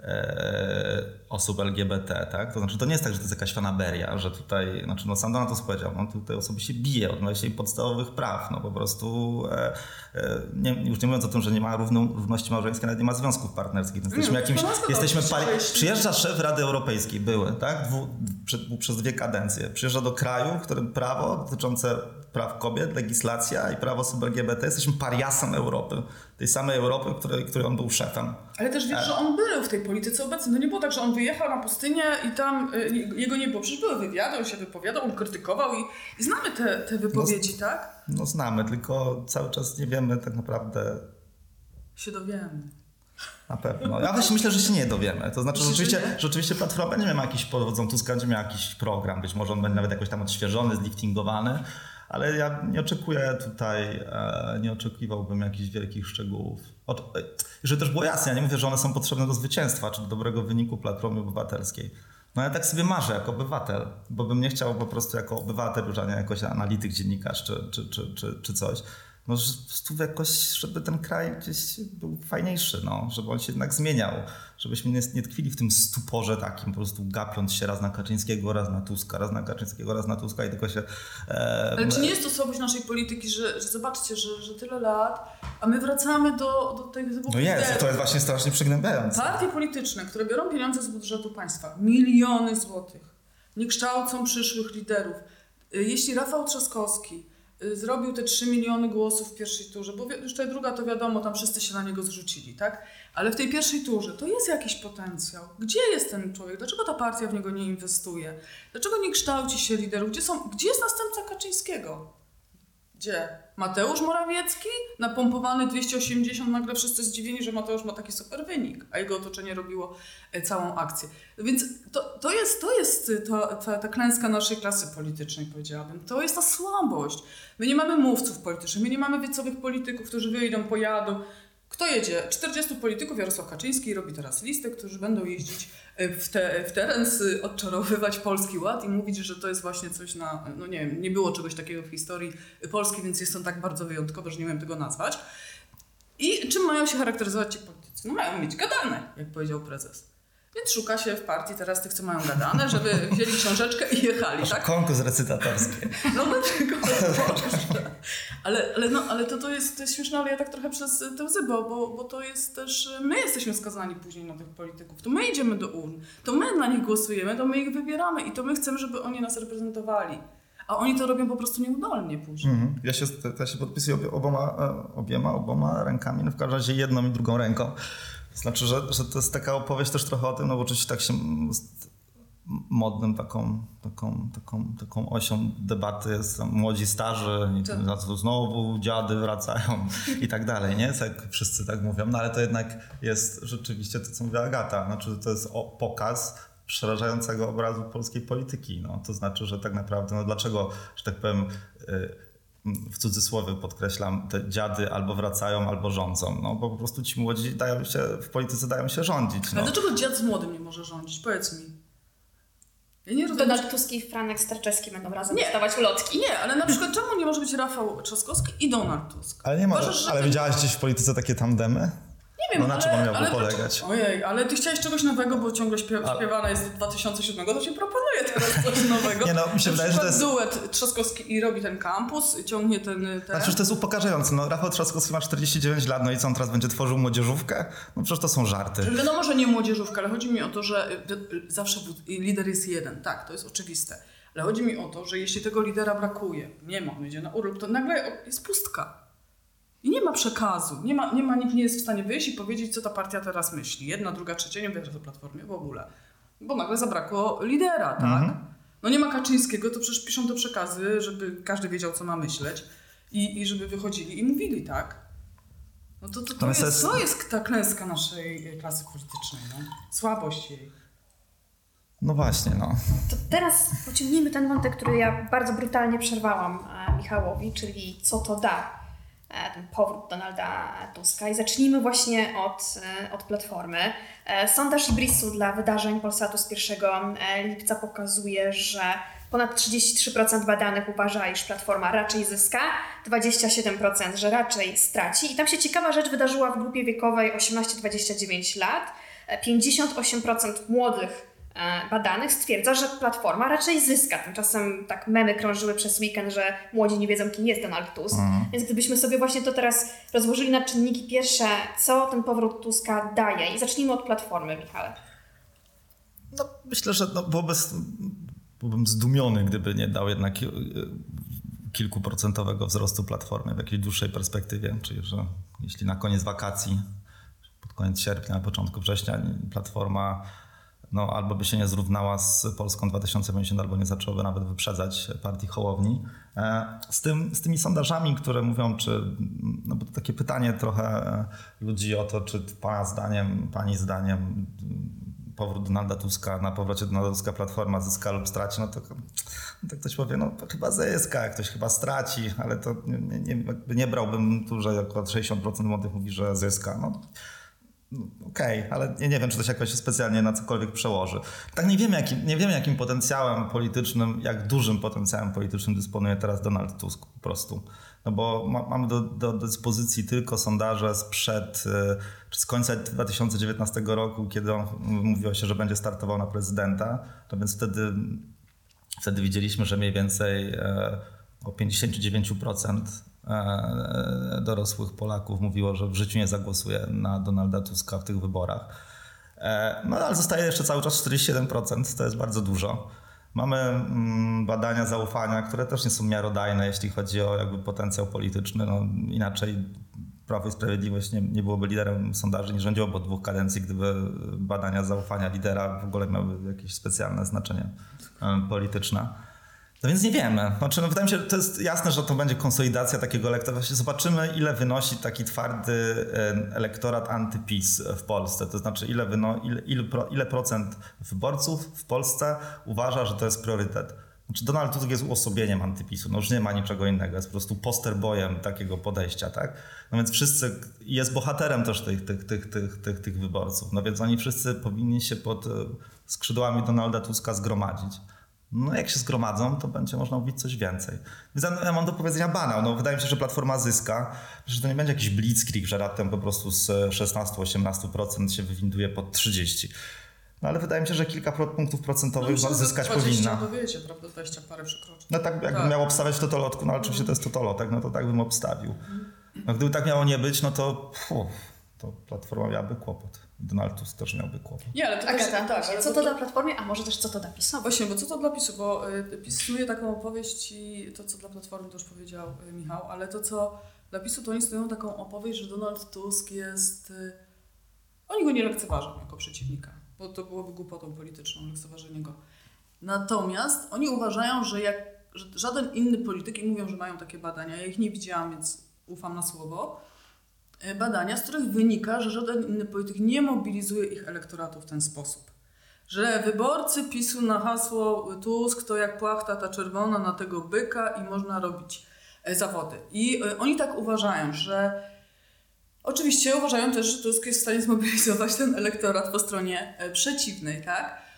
e, osób L G B T, tak? To znaczy to nie jest tak, że to jest jakaś fanaberia, że tutaj, znaczy no sam Donald Tusk powiedział, no tutaj osoby się bije, odmawia się jej podstawowych praw, no po prostu e, e, nie, już nie mówiąc o tym, że nie ma równo, równości małżeńskiej, nawet nie ma związków partnerskich. Jesteśmy nie, jakimś, jesteśmy pari- jeśli... Przyjeżdża szef Rady Europejskiej, były, tak? Dwu, przy, przez dwie kadencje. Przyjeżdża do kraju, w którym prawo dotyczące praw kobiet, legislacja i prawo osób L G B T, jesteśmy pariasem Europy. Tej samej Europy, której, której on był szefem. Ale też wiesz, że on był w tej polityce obecnej. No nie było tak, że on wyjechał na pustynię i tam y, jego nie było. Przecież były wywiady, on się wypowiadał, on krytykował i, i znamy te, te wypowiedzi, no, tak? No znamy, tylko cały czas nie wiemy tak naprawdę... Się dowiemy. Na pewno. Ja właśnie myślę, że się nie dowiemy. To znaczy, że Myślisz, rzeczywiście, że nie? rzeczywiście Platforma będzie miała jakiś, pod wodzą Tuska będzie miała jakiś program. Być może on będzie nawet jakoś tam odświeżony, zliftingowany. Ale ja nie oczekuję tutaj, e, nie oczekiwałbym jakichś wielkich szczegółów. Od, e, żeby też było jasne, ja nie mówię, że one są potrzebne do zwycięstwa, czy do dobrego wyniku Platformy Obywatelskiej. No ja tak sobie marzę jako obywatel, bo bym nie chciał po prostu jako obywatel, już a nie jakoś analityk, dziennikarz czy, czy, czy, czy, czy coś. No, że po prostu jakoś, żeby ten kraj gdzieś był fajniejszy, no, żeby on się jednak zmieniał, żebyśmy nie, nie tkwili w tym stuporze takim, po prostu gapiąc się raz na Kaczyńskiego, raz na Tuska, raz na Kaczyńskiego, raz na Tuska i tylko się... E, Ale czy nie jest to słabość naszej polityki, że, że zobaczcie, że, że tyle lat, a my wracamy do, do tych zwykłych... No jest, to jest właśnie strasznie przygnębiające. Partie polityczne, które biorą pieniądze z budżetu państwa, miliony złotych, nie kształcą przyszłych liderów. Jeśli Rafał Trzaskowski zrobił te trzy miliony głosów w pierwszej turze, bo już ta druga to wiadomo, tam wszyscy się na niego zrzucili, tak? Ale w tej pierwszej turze to jest jakiś potencjał. Gdzie jest ten człowiek? Dlaczego ta partia w niego nie inwestuje? Dlaczego nie kształci się liderów? Gdzie, są, gdzie jest następca Kaczyńskiego? Gdzie? Mateusz Morawiecki? Napompowany dwieście osiemdziesiąt, nagle wszyscy zdziwieni, że Mateusz ma taki super wynik, a jego otoczenie robiło całą akcję. Więc to, to jest, to jest ta, ta, ta klęska naszej klasy politycznej, powiedziałabym. To jest ta słabość. My nie mamy mówców politycznych, my nie mamy wiecowych polityków, którzy wyjdą, pojadą. Kto jedzie? czterdziestu polityków, Jarosław Kaczyński robi teraz listę, którzy będą jeździć w, te, w teren, odczarowywać Polski Ład i mówić, że to jest właśnie coś na, no nie wiem, nie było czegoś takiego w historii Polski, więc jest to tak bardzo wyjątkowe, że nie wiem tego nazwać. I czym mają się charakteryzować ci politycy? No mają mieć gadane, jak powiedział prezes. Więc szuka się w partii teraz tych, co mają gadane, żeby wzięli książeczkę i jechali, tak? Konkurs recytatorski. No na przykład. ale, ale, no, ale to, to, jest, to jest śmieszne, ale ja tak trochę przez te łzy, bo, bo, bo to jest też, my jesteśmy skazani później na tych polityków, to my idziemy do urn, to my na nich głosujemy, to my ich wybieramy i to my chcemy, żeby oni nas reprezentowali. A oni to robią po prostu nieudolnie później. Mm-hmm. Ja się, ja się podpisuję oboma, obiema, oboma rękami, no w każdym razie jedną i drugą ręką. Znaczy, że, że to jest taka opowieść też trochę o tym, no bo oczywiście tak się modnym taką, taką, taką, taką osią debaty jest młodzi, starzy, i to znowu dziady wracają i tak dalej, nie? Tak wszyscy tak mówią, no ale to jednak jest rzeczywiście to, co mówiła Agata, znaczy to jest pokaz przerażającego obrazu polskiej polityki, no to znaczy, że tak naprawdę, no dlaczego, że tak powiem, w cudzysłowie podkreślam, te dziady albo wracają, albo rządzą. No bo po prostu ci młodzi dają się, w polityce dają się rządzić. No. Ale dlaczego dziad z młodym nie może rządzić? Powiedz mi. Ja nie rozumiem. Donald Tusk i Franek Sterczewski będą razem dostawać ulotki. Nie, ale na przykład czemu nie może być Rafał Trzaskowski i Donald Tusk? Ale nie ma, Uważasz, ale ten... widziałaś gdzieś w polityce takie tandemy? Nie wiem, no, na czym on miałby polegać? Ojej, ale ty chciałeś czegoś nowego, bo ciągle śpiew, śpiewane jest do dwa tysiące siódmego, to ci proponuję teraz coś nowego. Nie no, mi się wydaje, że to jest... duet Trzaskowski i robi ten kampus, ciągnie ten... ten... Znaczy, to jest upokarzające. No, Rafał Trzaskowski ma czterdzieści dziewięć lat, no i co on teraz będzie tworzył młodzieżówkę? No przecież to są żarty. Wiadomo, że nie młodzieżówka, ale chodzi mi o to, że zawsze lider jest jeden. Tak, to jest oczywiste. Ale chodzi mi o to, że jeśli tego lidera brakuje, nie ma, on idzie na urlop, to nagle jest pustka. I nie ma przekazu, nie ma, nie ma, nikt nie jest w stanie wyjść i powiedzieć, co ta partia teraz myśli. Jedna, druga, trzecia, nie wiem o Platformie w ogóle. Bo nagle zabrakło lidera, tak? Mhm. No nie ma Kaczyńskiego, to przecież piszą te przekazy, żeby każdy wiedział, co ma myśleć i, i żeby wychodzili i mówili, tak? No to, to, to, jest, jest, to jest ta klęska naszej klasy politycznej, no. Słabość jej. No właśnie, no. To teraz pociągnijmy ten wątek, który ja bardzo brutalnie przerwałam Michałowi, czyli co to da. ten powrót Donalda Tuska i zacznijmy właśnie od, od Platformy. Sondaż Ibrisu dla wydarzeń Polsatu z pierwszego lipca pokazuje, że ponad trzydzieści trzy procent badanych uważa, iż Platforma raczej zyska, dwadzieścia siedem procent, że raczej straci. I tam się ciekawa rzecz wydarzyła w grupie wiekowej osiemnaście do dwudziestu dziewięciu lat. pięćdziesiąt osiem procent młodych badanych stwierdza, że Platforma raczej zyska. Tymczasem tak memy krążyły przez weekend, że młodzi nie wiedzą, kim jest Donald Tusk. Mhm. Więc gdybyśmy sobie właśnie to teraz rozłożyli na czynniki pierwsze, co ten powrót Tuska daje. I zacznijmy od Platformy, Michale. No, myślę, że no, wobec, byłbym zdumiony, gdyby nie dał jednak kilkuprocentowego wzrostu Platformy w jakiejś dłuższej perspektywie. Czyli, że jeśli na koniec wakacji, pod koniec sierpnia, na początku września Platforma no, albo by się nie zrównała z Polską dwa tysiące pięćdziesiąt, albo nie zaczęłoby nawet wyprzedzać partii Hołowni. Z, tym, z tymi sondażami, które mówią, czy, no bo to takie pytanie trochę ludzi o to, czy pana zdaniem, pani zdaniem powrót Donalda Tuska, na powrocie Donalda Tuska Platforma zyska lub straci, no to, no to ktoś powie, no to chyba zyska, ktoś chyba straci, ale to nie, nie, nie brałbym tu, że akurat sześćdziesiąt procent młodych mówi, że zyska. No. Okej, okay, ale nie, nie wiem, czy to się jakoś specjalnie na cokolwiek przełoży. Tak nie wiemy, jakim, nie wiemy, jakim potencjałem politycznym, jak dużym potencjałem politycznym dysponuje teraz Donald Tusk po prostu. No bo ma, mamy do, do dyspozycji tylko sondaże sprzed, czy z końca dwa tysiące dziewiętnastego roku, kiedy on, mówiło się, że będzie startował na prezydenta. No więc wtedy, wtedy widzieliśmy, że mniej więcej o pięćdziesiąt dziewięć procent dorosłych Polaków mówiło, że w życiu nie zagłosuje na Donalda Tuska w tych wyborach. No ale zostaje jeszcze cały czas czterdzieści siedem procent, to jest bardzo dużo. Mamy badania zaufania, które też nie są miarodajne, jeśli chodzi o jakby potencjał polityczny. No, inaczej Prawo i Sprawiedliwość nie, nie byłoby liderem sondaży, nie rządziłoby od dwóch kadencji, gdyby badania zaufania lidera w ogóle miały jakieś specjalne znaczenie polityczne. No więc nie wiemy. Znaczy, no wydaje mi się, że to jest jasne, że to będzie konsolidacja takiego elektoratu. Zobaczymy, ile wynosi taki twardy elektorat anty-PiS w Polsce. To znaczy, ile, wyno, ile, ile, ile procent wyborców w Polsce uważa, że to jest priorytet. Znaczy, Donald Tusk jest uosobieniem antypisu. No już nie ma niczego innego. Jest po prostu posterbojem takiego podejścia, tak? No więc wszyscy, jest bohaterem też tych, tych, tych, tych, tych, tych wyborców. No więc oni wszyscy powinni się pod skrzydłami Donalda Tuska zgromadzić. No jak się zgromadzą, to będzie można mówić coś więcej. Więc ja mam do powiedzenia banał. No, wydaje mi się, że Platforma zyska, że to nie będzie jakiś blitzkrieg, że raptem po prostu z szesnaście do osiemnastu procent się wywinduje pod trzydzieści. No ale wydaje mi się, że kilka punktów procentowych no, zyskać powinna. No wiecie, prawda, dwadzieścia parę przekroczy. No tak, jakbym tak. miał obstawiać w totolotku, no ale oczywiście to jest totolotek, no to tak bym obstawił. No gdyby tak miało nie być, no to puf, to Platforma miałaby kłopot. Donald Tusk też miałby kłopot. Nie, ale to Agata, też, tak, ale co to, to dla Platformy, a może też co to dla PiSu? Właśnie, bo co to dla PiSu, bo y, PiS snuje taką opowieść i to, co dla Platformy, to już powiedział y, Michał, ale to, co dla PiSu, to oni snują taką opowieść, że Donald Tusk jest... Y, oni go nie lekceważą jako przeciwnika, bo to byłoby głupotą polityczną, lekceważenie go. Natomiast oni uważają, że jak że żaden inny polityk, i mówią, że mają takie badania, ja ich nie widziałam, więc ufam na słowo, badania, z których wynika, że żaden inny polityk nie mobilizuje ich elektoratu w ten sposób. Że wyborcy PiSu na hasło Tusk to jak płachta ta czerwona na tego byka i można robić zawody. I oni tak uważają, że oczywiście uważają też, że Tusk jest w stanie zmobilizować ten elektorat po stronie przeciwnej, tak?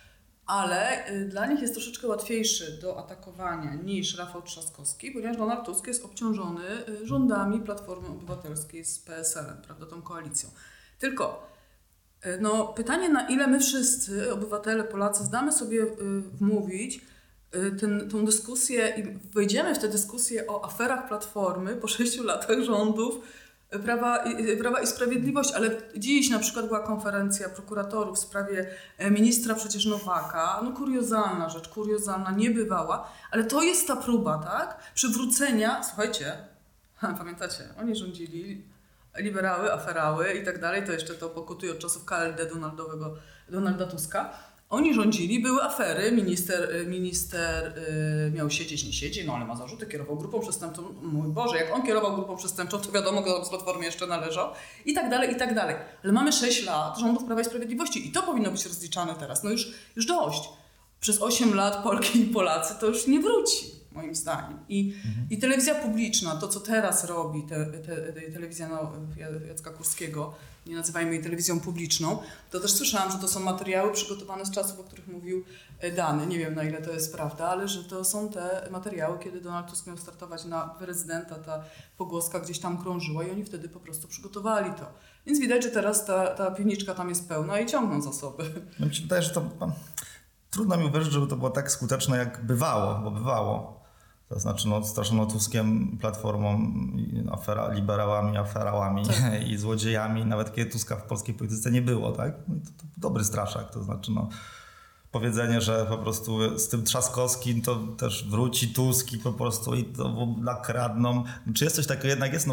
Ale dla nich jest troszeczkę łatwiejszy do atakowania niż Rafał Trzaskowski, ponieważ Donald Tusk jest obciążony rządami Platformy Obywatelskiej z P S L-em, prawda, tą koalicją. Tylko no, pytanie, na ile my wszyscy, obywatele, Polacy, zdamy sobie wmówić ten, tą dyskusję i wejdziemy w tę dyskusję o aferach Platformy po sześciu latach rządów Prawa i, Prawa i Sprawiedliwość, ale dziś na przykład była konferencja prokuratorów w sprawie ministra przecież Nowaka. No kuriozalna rzecz, kuriozalna, niebywała, ale to jest ta próba, tak? Przywrócenia, słuchajcie, pamiętacie, oni rządzili, liberały, aferały i tak dalej, to jeszcze to pokutuje od czasów K L D Donaldowego, Donalda Tuska. Oni rządzili, były afery, minister, minister yy, miał siedzieć, nie siedzi, no ale ma zarzuty, kierował grupą przestępczą. Mój Boże, jak on kierował grupą przestępczą, to wiadomo, kto z Platformy jeszcze należał i tak dalej, i tak dalej. Ale mamy sześć lat rządów Prawa i Sprawiedliwości i to powinno być rozliczane teraz. No już, już dość. Przez osiem lat Polki i Polacy to już nie wróci. moim zdaniem. I, mhm. i telewizja publiczna, to co teraz robi te, te, te, telewizja no, Jacka Kurskiego, nie nazywajmy jej telewizją publiczną, to też słyszałam, że to są materiały przygotowane z czasów, o których mówił Dany. Nie wiem, na ile to jest prawda, ale że to są te materiały, kiedy Donald Tusk miał startować na prezydenta, ta pogłoska gdzieś tam krążyła i oni wtedy po prostu przygotowali to. Więc widać, że teraz ta, ta piwniczka tam jest pełna i ciągną zasoby. No mi się wydaje, że to... Trudno mi uwierzyć, żeby to było tak skuteczne, jak bywało, bo bywało. To znaczy, no, straszono Tuskiem, Platformą, afera, liberałami, aferałami tak. i złodziejami, nawet kiedy Tuska w polskiej polityce nie było, tak? No i to, to dobry straszak, to znaczy, no, powiedzenie, że po prostu z tym Trzaskowskim to też wróci Tusk i po prostu i to nakradną. Czy jest coś takiego? Jednak jest, no,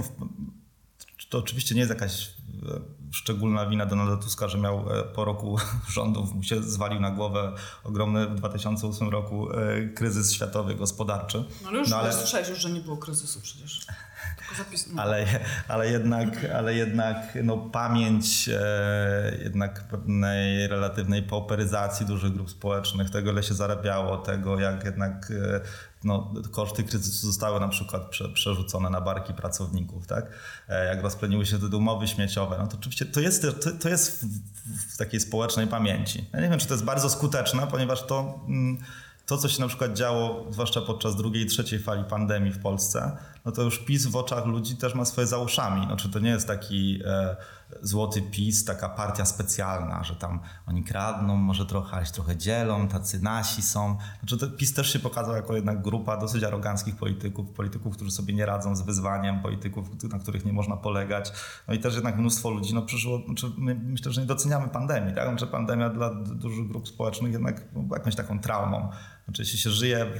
to oczywiście nie jest jakaś szczególna wina Donalda Tuska, że miał po roku rządów, mu się zwalił na głowę ogromny w dwa tysiące ósmym roku kryzys światowy, gospodarczy. No ale już no, ale... słyszałeś już, że nie było kryzysu przecież. Tylko zapis... no. ale, ale jednak, ale jednak no, pamięć e, jednak pewnej relatywnej pauperyzacji dużych grup społecznych, tego ile się zarabiało, tego jak jednak e, no, koszty kryzysu zostały na przykład prze, przerzucone na barki pracowników, tak? E, jak rozpleniły się te umowy śmieciowe, no to oczywiście to jest, to, to jest w, w takiej społecznej pamięci. Ja nie wiem, czy to jest bardzo skuteczne, ponieważ to... Mm, To, co się na przykład działo, zwłaszcza podczas drugiej i trzeciej fali pandemii w Polsce, no to już PiS w oczach ludzi też ma swoje za uszami. Znaczy to nie jest taki e, złoty PiS, taka partia specjalna, że tam oni kradną, może trochę, ale się trochę dzielą, tacy nasi są. Znaczy to PiS też się pokazał jako jednak grupa dosyć aroganckich polityków, polityków, którzy sobie nie radzą z wyzwaniem, polityków, na których nie można polegać. No i też jednak mnóstwo ludzi no, przyszło, znaczy my myślę, że nie doceniamy pandemii, tak? Znaczy pandemia dla dużych grup społecznych jednak była jakąś taką traumą. Znaczy, jeśli się żyje w,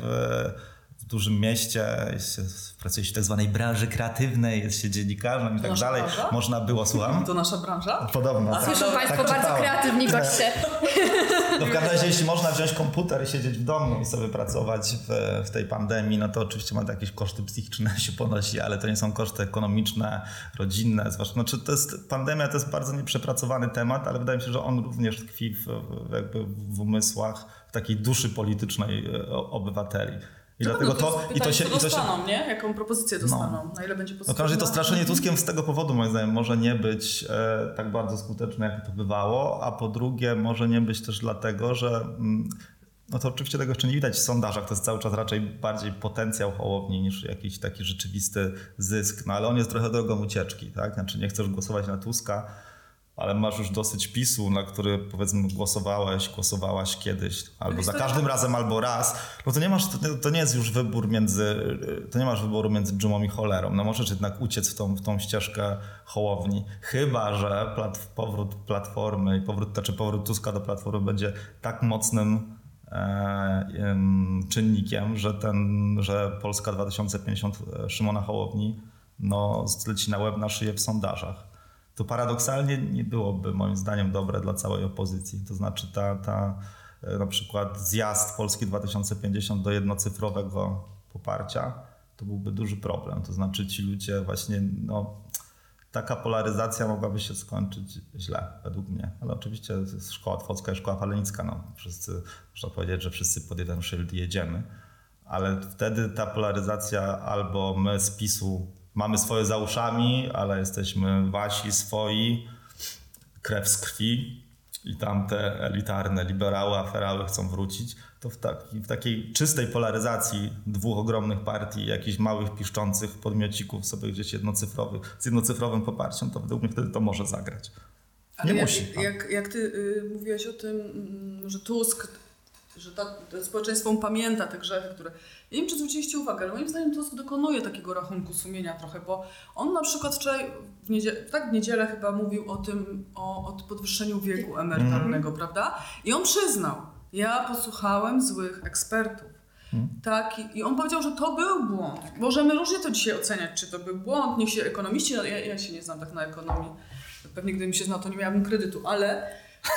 w dużym mieście, jest się, pracuje się w tak zwanej branży kreatywnej, jest się dziennikarzem i to tak dalej, branża? można było, słucham? To nasza branża? Podobno. A tak, słyszą tak, Państwo tak bardzo czytałem. kreatywni goście. No w każdym razie, jeśli można wziąć komputer i siedzieć w domu i sobie pracować w, w tej pandemii, no to oczywiście ma to jakieś koszty psychiczne się ponosi, ale to nie są koszty ekonomiczne, rodzinne. Zwłaszcza, znaczy to jest, pandemia to jest bardzo nieprzepracowany temat, ale wydaje mi się, że on również tkwi w, w, jakby w umysłach, w takiej duszy politycznej obywateli. I to dlatego to, to, jest i to się, co i to się dostaną, nie? Jaką propozycję dostaną? No. Na ile będzie pozytywna? No to straszenie Tuskiem z tego powodu, moim zdaniem, może nie być e, tak bardzo skuteczne, jak to bywało, a po drugie może nie być też dlatego, że mm, no to oczywiście tego jeszcze nie widać w sondażach, to jest cały czas raczej bardziej potencjał Hołowni niż jakiś taki rzeczywisty zysk, no ale on jest trochę drogą ucieczki, tak? Znaczy nie chcesz głosować na Tuska, ale masz już dosyć PiSu, na który powiedzmy głosowałeś, głosowałaś kiedyś, albo za każdym razem, albo raz, no to nie masz, to, to nie jest już wybór między, to nie masz wyboru między dżumą i cholerą. No możesz jednak uciec w tą, w tą ścieżkę Hołowni, chyba że plat, powrót Platformy i powrót, znaczy powrót Tuska do Platformy będzie tak mocnym e, czynnikiem, że ten, że Polska dwa tysiące pięćdziesiąt Szymona Hołowni no zleci na łeb na szyję w sondażach. To paradoksalnie nie byłoby moim zdaniem dobre dla całej opozycji. To znaczy ta, ta na przykład zjazd Polski dwa tysiące pięćdziesiąt do jednocyfrowego poparcia to byłby duży problem. To znaczy ci ludzie właśnie, no taka polaryzacja mogłaby się skończyć źle według mnie. Ale oczywiście jest szkoła otwocka i szkoła palenicka. No, wszyscy, można powiedzieć, że wszyscy pod jeden szyld jedziemy. Ale wtedy ta polaryzacja albo my z PiSu mamy swoje za uszami, ale jesteśmy wasi, swoi, krew z krwi i tam te elitarne liberały, aferały chcą wrócić, to w, taki, w takiej czystej polaryzacji dwóch ogromnych partii, jakichś małych, piszczących podmiocików sobie gdzieś jednocyfrowych, z jednocyfrowym poparciem, to według mnie wtedy to może zagrać. Nie ale musi. Jak, jak, jak ty y, mówiłeś o tym, y, że Tusk, że ta, to społeczeństwo pamięta te grzechy, które... Ja nie wiem, czy zwróciliście uwagę, ale moim zdaniem Tusk dokonuje takiego rachunku sumienia trochę, bo on na przykład wczoraj, w niedzielę, tak w niedzielę chyba mówił o tym, o, o podwyższeniu wieku emerytalnego, mm. prawda? I on przyznał, ja posłuchałem złych ekspertów. Mm. Tak, i, i on powiedział, że to był błąd. Możemy różnie to dzisiaj oceniać, czy to był błąd, niech się ekonomiści, ja, ja się nie znam tak na ekonomii, pewnie gdybym się znał, to nie miałabym kredytu, ale...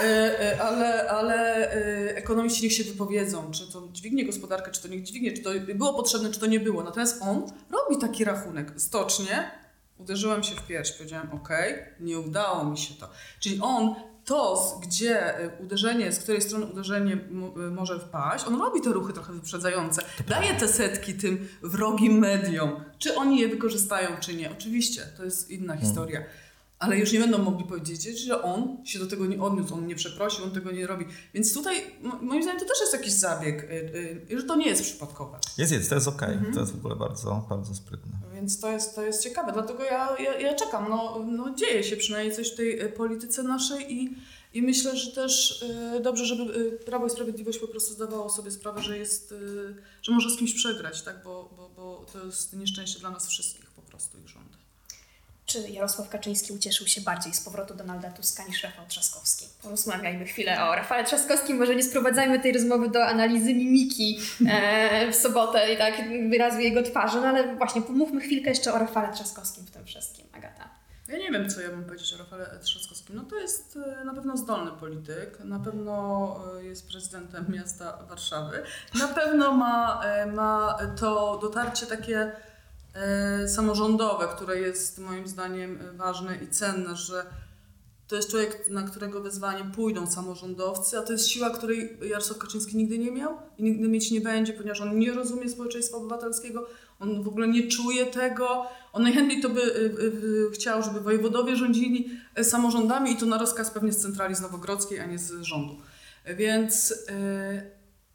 ale, ale ekonomiści niech się wypowiedzą, czy to dźwignie gospodarkę, czy to nie dźwignie, czy to było potrzebne, czy to nie było. Natomiast on robi taki rachunek. Stocznie uderzyłem się w pierś, powiedziałem okej, nie udało mi się to. Czyli on to, gdzie uderzenie, z której strony uderzenie m- może wpaść, on robi te ruchy trochę wyprzedzające. Daje te setki tym wrogim mediom. Czy oni je wykorzystają, czy nie? Oczywiście, to jest inna historia. Ale już nie będą mogli powiedzieć, że on się do tego nie odniósł, on nie przeprosił, on tego nie robi. Więc tutaj moim zdaniem to też jest jakiś zabieg, że to nie jest przypadkowe. Jest, jest, to jest okej. Okay. Mhm. To jest w ogóle bardzo, bardzo sprytne. Więc to jest, to jest ciekawe, dlatego ja, ja, ja czekam. No, no dzieje się przynajmniej coś w tej polityce naszej i, i myślę, że też y, dobrze, żeby Prawo i Sprawiedliwość po prostu zdawało sobie sprawę, że jest, y, że może z kimś przegrać, tak? bo, bo, bo to jest nieszczęście dla nas wszystkich po prostu ich rząd. Czy Jarosław Kaczyński ucieszył się bardziej z powrotu Donalda Tuska niż Rafał Trzaskowski? Porozmawiajmy chwilę o Rafale Trzaskowskim, może nie sprowadzajmy tej rozmowy do analizy mimiki e, w sobotę i tak wyrazu jego twarzy, no ale właśnie pomówmy chwilkę jeszcze o Rafale Trzaskowskim w tym wszystkim, Agata. Ja nie wiem, co ja bym powiedzieć o Rafale Trzaskowskim. No to jest na pewno zdolny polityk, na pewno jest prezydentem miasta Warszawy, na pewno ma, ma to dotarcie takie samorządowe, które jest moim zdaniem ważne i cenne, że to jest człowiek, na którego wezwanie pójdą samorządowcy, a to jest siła, której Jarosław Kaczyński nigdy nie miał i nigdy mieć nie będzie, ponieważ on nie rozumie społeczeństwa obywatelskiego, on w ogóle nie czuje tego, on najchętniej to by y, y, chciał, żeby wojewodowie rządzili samorządami i to na rozkaz pewnie z centrali z Nowogrodzkiej, a nie z rządu. Więc y,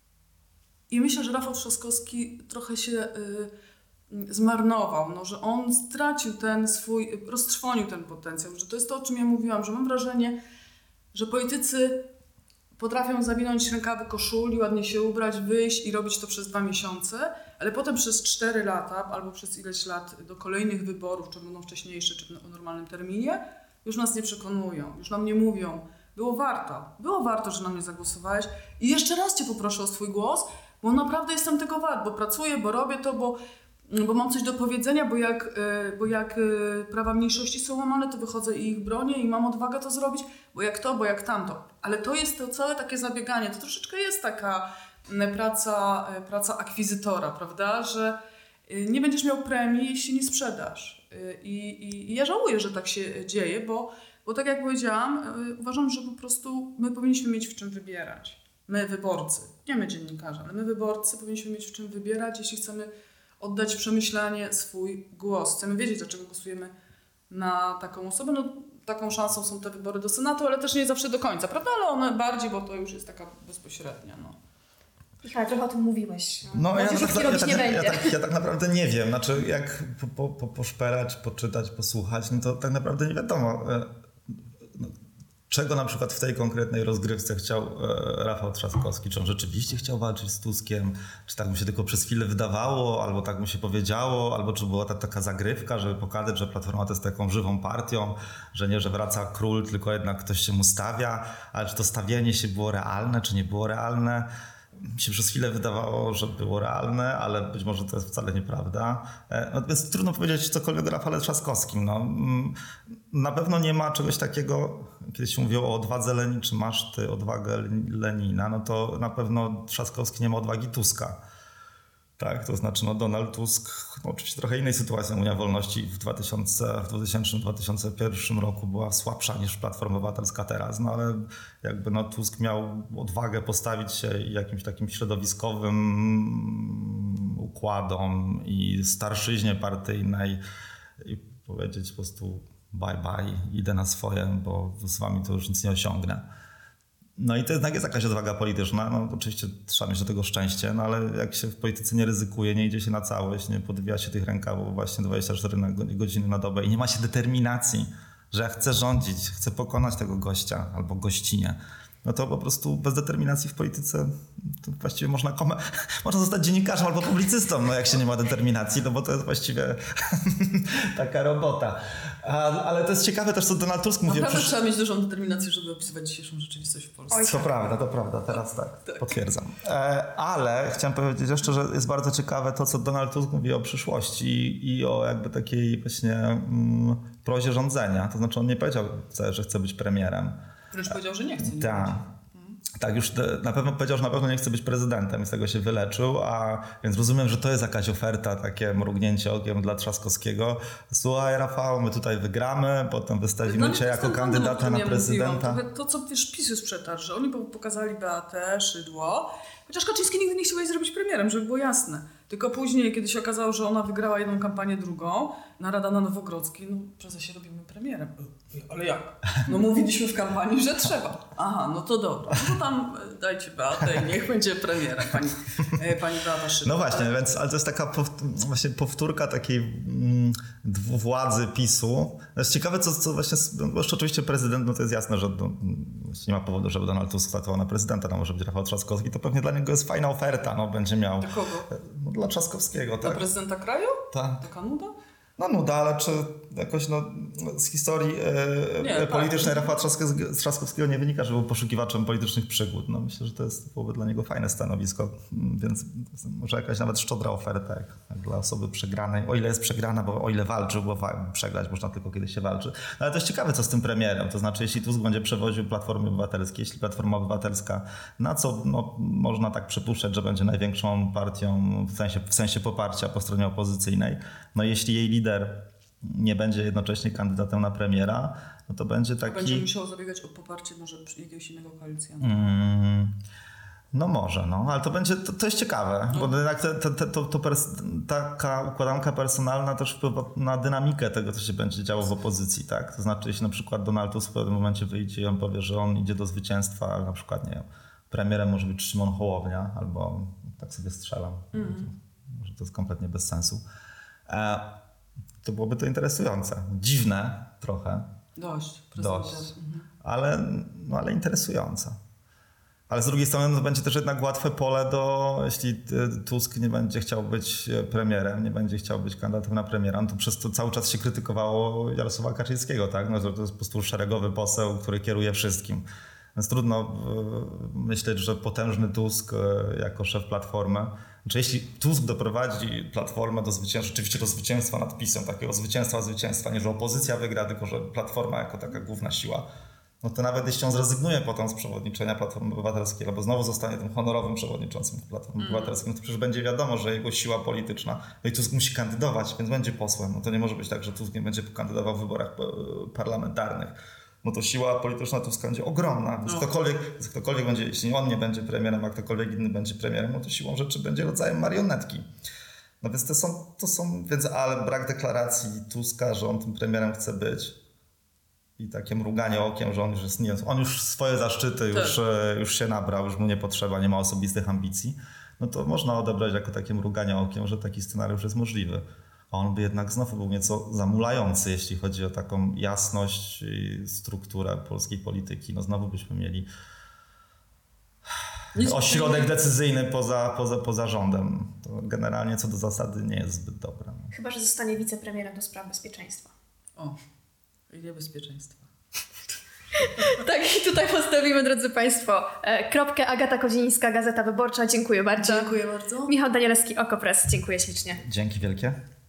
i myślę, że Rafał Trzaskowski trochę się y, zmarnował, no, że on stracił ten swój, roztrwonił ten potencjał, że to jest to, o czym ja mówiłam, że mam wrażenie, że politycy potrafią zawinąć rękawy koszuli, ładnie się ubrać, wyjść i robić to przez dwa miesiące, ale potem przez cztery lata albo przez ileś lat do kolejnych wyborów, czy będą wcześniejsze, czy w normalnym terminie, już nas nie przekonują, już nam nie mówią, było warto, było warto, że na mnie zagłosowałeś i jeszcze raz Cię poproszę o swój głos, bo naprawdę jestem tego wart, bo pracuję, bo robię to, bo bo mam coś do powiedzenia, bo jak, bo jak prawa mniejszości są łamane, to wychodzę i ich bronię i mam odwagę to zrobić, bo jak to, bo jak tamto. Ale to jest to całe takie zabieganie, to troszeczkę jest taka praca, praca akwizytora, prawda, że nie będziesz miał premii, jeśli nie sprzedasz. I, i, i ja żałuję, że tak się dzieje, bo, bo tak jak powiedziałam, uważam, że po prostu my powinniśmy mieć w czym wybierać. My wyborcy, nie my dziennikarze, ale my wyborcy powinniśmy mieć w czym wybierać, jeśli chcemy oddać w przemyślanie swój głos. Chcemy wiedzieć, dlaczego głosujemy na taką osobę. No, taką szansą są te wybory do Senatu, ale też nie zawsze do końca, prawda? Ale one bardziej, bo to już jest taka bezpośrednia. No. Michał, trochę o tym mówiłeś. No, ja, tak, ja, ja, tak, nie ja, ja, tak, ja tak naprawdę nie wiem. Znaczy, jak po, po, po, poszperać, poczytać, posłuchać, no to tak naprawdę nie wiadomo, no, czego na przykład w tej konkretnej rozgrywce chciał e, Rafał Trzaskowski. Czy on rzeczywiście chciał walczyć z Tuskiem? Czy tak mu się tylko przez chwilę wydawało? Albo tak mu się powiedziało? Albo czy była ta taka zagrywka, żeby pokazać, że Platforma to jest taką żywą partią? Że nie, że wraca król, tylko jednak ktoś się mu stawia? Ale czy to stawianie się było realne, czy nie było realne? Mi się przez chwilę wydawało, że było realne, ale być może to jest wcale nieprawda. No, więc trudno powiedzieć cokolwiek o Rafale Trzaskowskim. No, na pewno nie ma czegoś takiego, kiedyś się mówiło o odwadze Lenina, czy masz ty odwagę Lenina, no to na pewno Trzaskowski nie ma odwagi Tuska. Tak, to znaczy no Donald Tusk, no oczywiście trochę innej sytuacji, Unia Wolności w dwutysięcznym, dwa tysiące pierwszym roku była słabsza niż Platforma Obywatelska teraz, no ale jakby no Tusk miał odwagę postawić się jakimś takim środowiskowym układom i starszyźnie partyjnej i powiedzieć po prostu bye bye, idę na swoje, bo z wami to już nic nie osiągnę. No i to jednak jest jakaś odwaga polityczna, no oczywiście trzeba mieć do tego szczęście, no ale jak się w polityce nie ryzykuje, nie idzie się na całość, nie podwija się tych rękawów właśnie dwadzieścia cztery godziny na dobę i nie ma się determinacji, że ja chcę rządzić, chcę pokonać tego gościa albo gościnie, no to po prostu bez determinacji w polityce to właściwie można, kom- można zostać dziennikarzem albo publicystą, no jak się nie ma determinacji, no bo to jest właściwie taka robota. A, ale to jest ciekawe też, co Donald Tusk mówi. Naprawdę przysz... trzeba mieć dużą determinację, żeby opisywać dzisiejszą rzeczywistość w Polsce. Oj, to prawda, to prawda, teraz tak, tak. potwierdzam. E, ale chciałem powiedzieć jeszcze, że jest bardzo ciekawe to, co Donald Tusk mówi o przyszłości i, i o jakby takiej właśnie mm, prozie rządzenia. To znaczy on nie powiedział, że chce być premierem. Wręcz powiedział, że nie chce. Tak. Tak, już na pewno powiedział, że na pewno nie chce być prezydentem i z tego się wyleczył, a więc rozumiem, że to jest jakaś oferta, takie mrugnięcie okiem dla Trzaskowskiego. Słuchaj Rafał, my tutaj wygramy, potem wystawimy cię jako kandydata na prezydenta. Mówiłam, to, co wiesz, PiS jest przetarł, że oni pokazali Beatę Szydło, chociaż Kaczyński nigdy nie chciał jej zrobić premierem, żeby było jasne. Tylko później, kiedy się okazało, że ona wygrała jedną kampanię, drugą, narada na Nowogrodzkiej, no prezesie robimy premierem. Ale jak? No mówiliśmy w kampanii, że trzeba. Aha, no to dobra. No to tam dajcie Beatę i niech będzie premierem, pani, pani Beata Szydło. No właśnie, ale... więc ale to jest taka pow- właśnie powtórka takiej mm, władzy PiSu. To jest ciekawe, co, co właśnie, bo jeszcze oczywiście prezydent, no to jest jasne, że no, nie ma powodu, żeby Donald Tusk startował na prezydenta, no może być Rafał Trzaskowski, to pewnie dla niego jest fajna oferta, no będzie miał... Do kogo? No, dla Trzaskowskiego, tak. Dla prezydenta kraju? Tak. Taka nuda? No nuda, ale czy jakoś no, z historii e, nie, politycznej tak. Rafała Trzaskowskiego nie wynika, że był poszukiwaczem politycznych przygód. No myślę, że to jest byłoby dla niego fajne stanowisko, więc może jakaś nawet szczodra oferta jak, jak dla osoby przegranej. O ile jest przegrana, bo o ile walczy, bo wa- przegrać można tylko kiedy się walczy. No, ale to jest ciekawe, co z tym premierem. To znaczy, jeśli Tusk będzie przewoził Platformy Obywatelskie, jeśli Platforma Obywatelska, na co no, można tak przypuszczać, że będzie największą partią w sensie, w sensie poparcia po stronie opozycyjnej, no jeśli jej lider nie będzie jednocześnie kandydatem na premiera, no to będzie taki... Będzie musiał zabiegać o poparcie może jakiegoś innego koalicjanta. Mm, no może, no, ale to będzie, to, to jest ciekawe, no. Bo jednak te, te, te, to, to pers- taka układanka personalna też wpływa na dynamikę tego, co się będzie działo w opozycji, tak? To znaczy, jeśli na przykład Donald Tusk w pewnym momencie wyjdzie i on powie, że on idzie do zwycięstwa, ale na przykład, nie wiem, premierem może być Szymon Hołownia, albo tak sobie strzelam, mm. może to jest kompletnie bez sensu. E, To byłoby to interesujące. Dziwne trochę. Dość. Dość. Mhm. Ale, no, ale interesujące. Ale z drugiej strony no, będzie też jednak łatwe pole do, jeśli Tusk nie będzie chciał być premierem, nie będzie chciał być kandydatem na premiera, no to przez to cały czas się krytykowało Jarosława Kaczyńskiego, tak? No, to jest po prostu szeregowy poseł, który kieruje wszystkim. Więc trudno myśleć, że potężny Tusk jako szef Platformy, znaczy jeśli Tusk doprowadzi Platformę do zwycięstwa, rzeczywiście do zwycięstwa nad PiS-em, takiego zwycięstwa, zwycięstwa, nie że opozycja wygra, tylko że Platforma jako taka główna siła, no to nawet jeśli on zrezygnuje potem z przewodniczenia Platformy Obywatelskiej, albo znowu zostanie tym honorowym przewodniczącym Platformy mm. Obywatelskiej, no to przecież będzie wiadomo, że jego siła polityczna, no i Tusk musi kandydować, więc będzie posłem. No to nie może być tak, że Tusk nie będzie kandydował w wyborach parlamentarnych. No to siła polityczna Tuska będzie ogromna. Więc no. ktokolwiek, ktokolwiek będzie, jeśli on nie będzie premierem, a ktokolwiek inny będzie premierem, no to siłą rzeczy będzie rodzajem marionetki. No więc to są, to są, więc ale brak deklaracji Tuska, że on tym premierem chce być i takie mruganie okiem, że on już jest, nie, on już swoje zaszczyty już, już się nabrał, już mu nie potrzeba, nie ma osobistych ambicji, no to można odebrać jako takie mruganie okiem, że taki scenariusz jest możliwy. A on by jednak znowu był nieco zamulający, jeśli chodzi o taką jasność i strukturę polskiej polityki. No znowu byśmy mieli Nic ośrodek nie... decyzyjny poza, poza, poza rządem. To generalnie co do zasady nie jest zbyt dobre. Chyba że zostanie wicepremierem do spraw bezpieczeństwa. O, i niebezpieczeństwa. Tak, i tutaj postawimy, drodzy Państwo, kropkę. Agata Kozińska, Gazeta Wyborcza. Dziękuję bardzo. Dziękuję bardzo. Michał Danielewski, Okopres. Dziękuję ślicznie. Dzięki wielkie.